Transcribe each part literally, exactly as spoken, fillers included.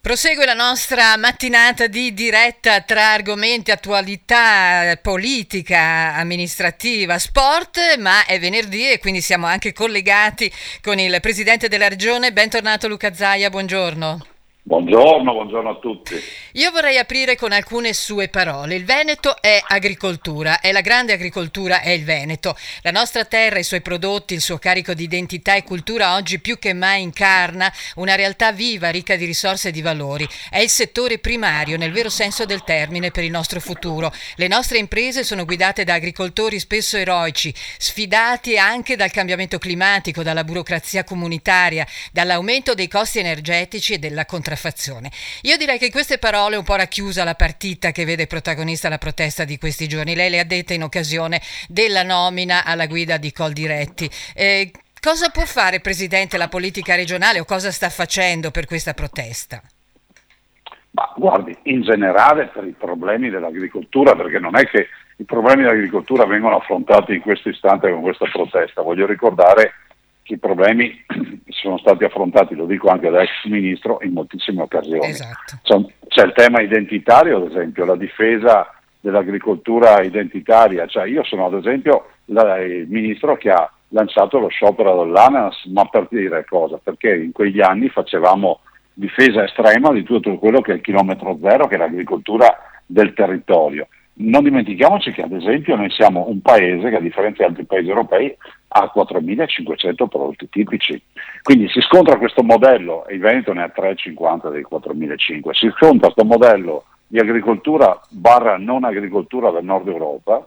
Prosegue la nostra mattinata di diretta tra argomenti, attualità, politica, amministrativa, sport, ma è venerdì e quindi siamo anche collegati con il Presidente della Regione. Bentornato Luca Zaia, buongiorno. Buongiorno, buongiorno a tutti. Io vorrei aprire con alcune sue parole. Il Veneto è agricoltura, è la grande agricoltura, è il Veneto. La nostra terra, i suoi prodotti, il suo carico di identità e cultura oggi più che mai incarna una realtà viva, ricca di risorse e di valori. È il settore primario nel vero senso del termine per il nostro futuro. Le nostre imprese sono guidate da agricoltori spesso eroici, sfidati anche dal cambiamento climatico, dalla burocrazia comunitaria, dall'aumento dei costi energetici e della contraffazione. Io direi che in queste parole un po' racchiusa la partita che vede protagonista la protesta di questi giorni. Lei le ha dette in occasione della nomina alla guida di Coldiretti. Eh, cosa può fare, Presidente, la politica regionale o cosa sta facendo per questa protesta? Ma guardi, in generale per i problemi dell'agricoltura, perché non è che i problemi dell'agricoltura vengono affrontati in questo istante con questa protesta. Voglio ricordare che i problemi sono stati affrontati, lo dico anche da ex ministro, in moltissime occasioni. Esatto. C'è, c'è il tema identitario, ad esempio, la difesa dell'agricoltura identitaria. Cioè io sono ad esempio la, il ministro che ha lanciato lo sciopero dell'ananas, ma per dire cosa? Perché in quegli anni facevamo difesa estrema di tutto quello che è il chilometro zero, che è l'agricoltura del territorio. Non dimentichiamoci che ad esempio noi siamo un paese che a differenza di altri paesi europei ha quattromilacinquecento prodotti tipici, quindi si scontra questo modello, e il Veneto ne ha tre virgola cinquanta dei quattromilacinquecento, si scontra questo modello di agricoltura barra non agricoltura del nord Europa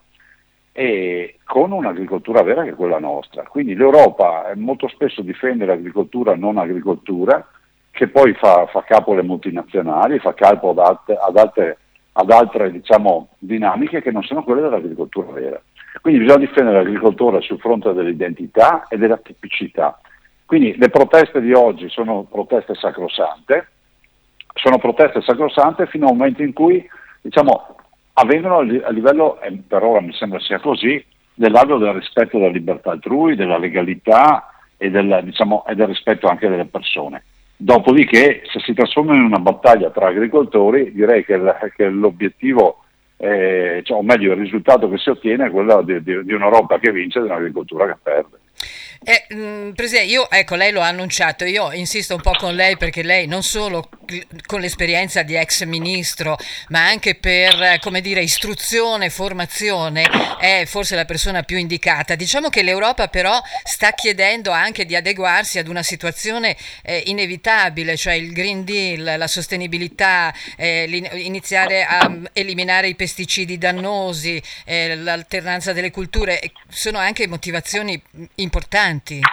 e con un'agricoltura vera che è quella nostra. Quindi l'Europa molto spesso difende l'agricoltura non agricoltura, che poi fa, fa capo alle multinazionali, fa capo ad altre, ad altre ad altre diciamo, dinamiche che non sono quelle dell'agricoltura vera. Quindi bisogna difendere l'agricoltura sul fronte dell'identità e della tipicità. Quindi le proteste di oggi sono proteste sacrosante, sono proteste sacrosante fino al momento in cui diciamo, avvengono a livello, e per ora mi sembra sia così, dell'alveo del rispetto della libertà altrui, della legalità e del, diciamo, e del rispetto anche delle persone. Dopodiché, se si trasforma in una battaglia tra agricoltori, direi che, l- che l'obiettivo, eh, cioè, o meglio il risultato che si ottiene è quello di, di, di un'Europa che vince e di un'agricoltura che perde. Eh, mh, Presidente, io, ecco, lei lo ha annunciato, io insisto un po' con lei perché lei non solo con l'esperienza di ex ministro, ma anche per, come dire, istruzione, formazione, è forse la persona più indicata. Diciamo che l'Europa però sta chiedendo anche di adeguarsi ad una situazione eh, inevitabile, cioè il Green Deal, la sostenibilità, eh, iniziare a eliminare i pesticidi dannosi, eh, l'alternanza delle culture, sono anche motivazioni importanti.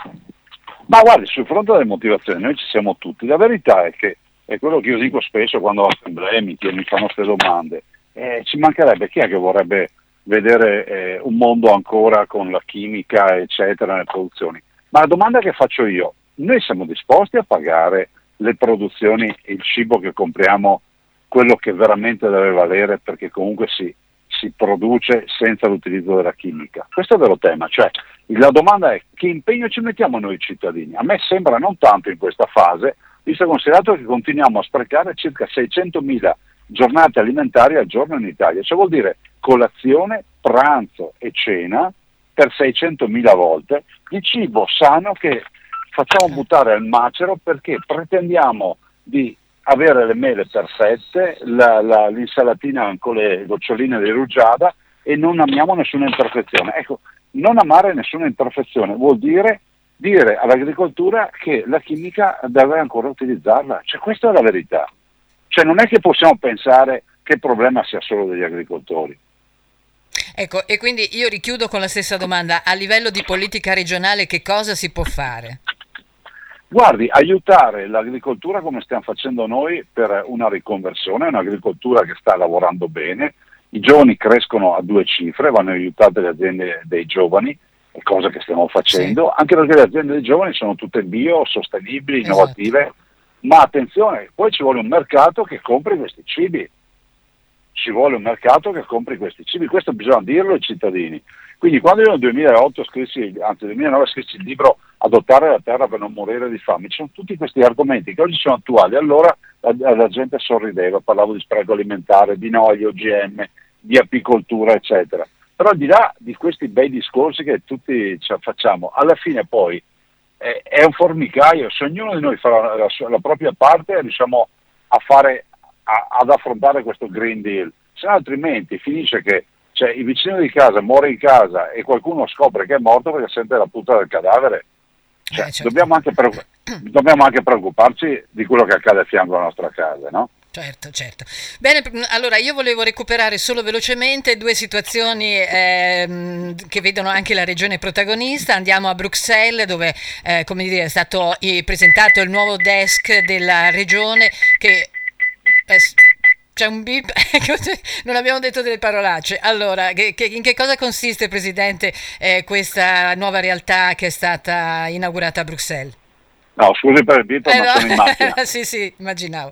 Ma guardi, sul fronte delle motivazioni noi ci siamo tutti. La verità è che è quello che io dico spesso quando ho problemi, che mi fanno queste domande, eh, ci mancherebbe chi è che vorrebbe vedere eh, un mondo ancora con la chimica eccetera nelle produzioni. Ma la domanda che faccio io, noi siamo disposti a pagare le produzioni e il cibo che compriamo, quello che veramente deve valere, perché comunque si si produce senza l'utilizzo della chimica? Questo è il vero tema, cioè la domanda è che impegno ci mettiamo noi cittadini? A me sembra non tanto in questa fase, visto e considerato che continuiamo a sprecare circa seicentomila giornate alimentari al giorno in Italia, cioè vuol dire colazione, pranzo e cena per seicentomila volte di cibo sano che facciamo buttare al macero perché pretendiamo di avere le mele perfette, la, la, l'insalatina con le goccioline di rugiada e non amiamo nessuna imperfezione. Ecco, non amare nessuna imperfezione vuol dire dire all'agricoltura che la chimica deve ancora utilizzarla. Cioè, questa è la verità. Cioè, non è che possiamo pensare che il problema sia solo degli agricoltori. Ecco, e quindi io richiudo con la stessa domanda. A livello di politica regionale che cosa si può fare? Guardi, aiutare l'agricoltura come stiamo facendo noi per una riconversione, un'agricoltura che sta lavorando bene, i giovani crescono a due cifre, vanno aiutate le aziende dei giovani, è cosa che stiamo facendo, sì. Anche perché le aziende dei giovani sono tutte bio, sostenibili, innovative, esatto. Ma attenzione, poi ci vuole un mercato che compri questi cibi, ci vuole un mercato che compri questi cibi, questo bisogna dirlo ai cittadini. Quindi quando io nel duemilaotto scrissi, anzi nel duemilanove scrissi il libro adottare la terra per non morire di fame. Ci sono tutti questi argomenti che oggi sono attuali. Allora la, la gente sorrideva, parlavo di spreco alimentare, di no agli O G M, di apicoltura, eccetera. Però al di là di questi bei discorsi che tutti facciamo, alla fine poi eh, è un formicaio. Se ognuno di noi fa la, la, la propria parte, riusciamo a fare, a, ad affrontare questo Green Deal. Se no, altrimenti finisce che cioè, il vicino di casa muore in casa e qualcuno scopre che è morto perché sente la punta del cadavere. Cioè, eh, certo. dobbiamo, anche preoccup- dobbiamo anche preoccuparci di quello che accade a fianco alla nostra casa, no? Certo, certo. Bene, allora io volevo recuperare solo velocemente due situazioni ehm, che vedono anche la regione protagonista. Andiamo a Bruxelles, dove eh, come dire, è stato eh, presentato il nuovo desk della regione che... Eh, c'è un bip, non abbiamo detto delle parolacce. Allora, che, che, in che cosa consiste, Presidente, eh, questa nuova realtà che è stata inaugurata a Bruxelles? No, scusi per il bip, eh ma no. sono in macchina. Sì, sì, immaginavo.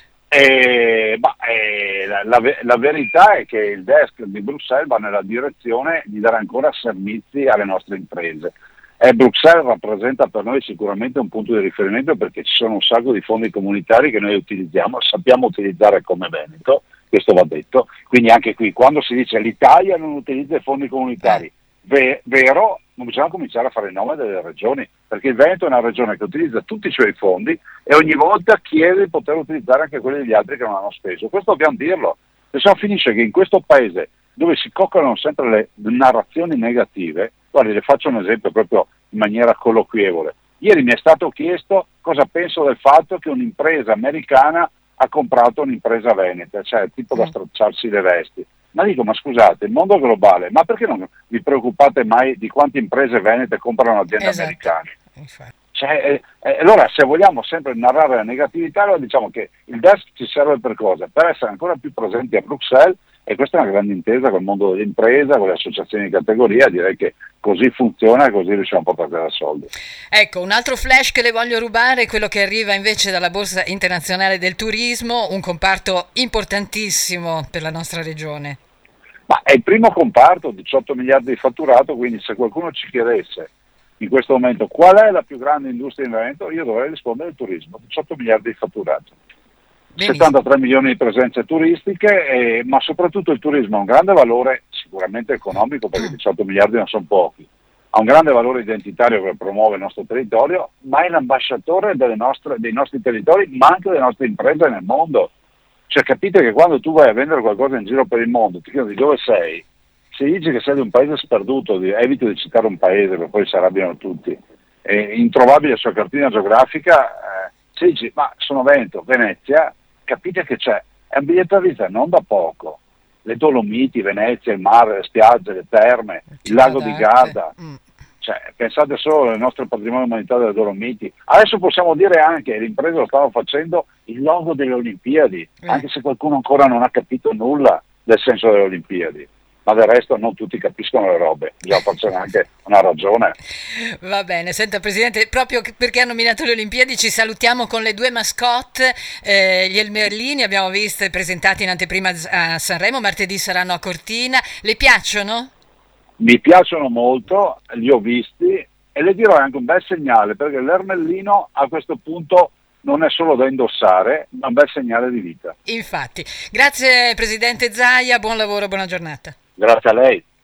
Eh, bah, eh, la, la, la verità è che il desk di Bruxelles va nella direzione di dare ancora servizi alle nostre imprese. E Bruxelles rappresenta per noi sicuramente un punto di riferimento perché ci sono un sacco di fondi comunitari che noi utilizziamo, sappiamo utilizzare come Veneto, questo va detto, quindi anche qui quando si dice l'Italia non utilizza i fondi comunitari, ve- vero, non bisogna cominciare a fare il nome delle regioni, perché il Veneto è una regione che utilizza tutti i suoi fondi e ogni volta chiede di poter utilizzare anche quelli degli altri che non hanno speso, questo dobbiamo dirlo, se no finisce che in questo paese dove si coccolano sempre le narrazioni negative. Guardi, le faccio un esempio proprio in maniera colloquievole. Ieri mi è stato chiesto cosa penso del fatto che un'impresa americana ha comprato un'impresa veneta, cioè tipo da stracciarsi le vesti. Ma dico, ma scusate, il mondo globale, ma perché non vi preoccupate mai di quante imprese venete comprano aziende Esatto. americane? Cioè, eh, eh, allora se vogliamo sempre narrare la negatività, allora diciamo che il desk ci serve per cosa? Per essere ancora più presenti a Bruxelles. E questa è una grande intesa col mondo dell'impresa, con le associazioni di categoria, direi che così funziona e così riusciamo a portare da soldi. Ecco, un altro flash che le voglio rubare è quello che arriva invece dalla Borsa Internazionale del Turismo, un comparto importantissimo per la nostra regione. Ma è il primo comparto, diciotto miliardi di fatturato, quindi se qualcuno ci chiedesse in questo momento qual è la più grande industria in Veneto, io dovrei rispondere il turismo, diciotto miliardi di fatturato. Benissimo. settantatré milioni di presenze turistiche, eh, ma soprattutto il turismo ha un grande valore sicuramente economico perché diciotto miliardi non sono pochi, ha un grande valore identitario che promuove il nostro territorio, ma è l'ambasciatore delle nostre, dei nostri territori, ma anche delle nostre imprese nel mondo. Cioè capite che quando tu vai a vendere qualcosa in giro per il mondo, ti chiedono di dove sei, se dici che sei di un paese sperduto, di, evito di citare un paese perché poi si arrabbiano tutti, è introvabile sulla cartina geografica, eh, se dici ma sono Veneto, Venezia, capite che c'è, è un biglietto a visita non da poco, le Dolomiti, Venezia, il mare, le spiagge, le terme, il lago di Garda, mm. cioè, pensate solo al nostro patrimonio umanitario delle Dolomiti. Adesso possiamo dire anche, le imprese lo stanno facendo, il logo delle Olimpiadi, mm. anche se qualcuno ancora non ha capito nulla del senso delle Olimpiadi. Ma del resto non tutti capiscono le robe, bisogna farcene anche una ragione. Va bene, senta Presidente, proprio perché ha nominato le Olimpiadi ci salutiamo con le due mascotte, eh, gli Elmerlini, abbiamo visto presentati in anteprima a Sanremo, martedì saranno a Cortina, le piacciono? Mi piacciono molto, li ho visti e le dirò anche un bel segnale perché l'Ermellino a questo punto non è solo da indossare, ma un bel segnale di vita. Infatti, grazie Presidente Zaia, buon lavoro, buona giornata. Grazie a lei.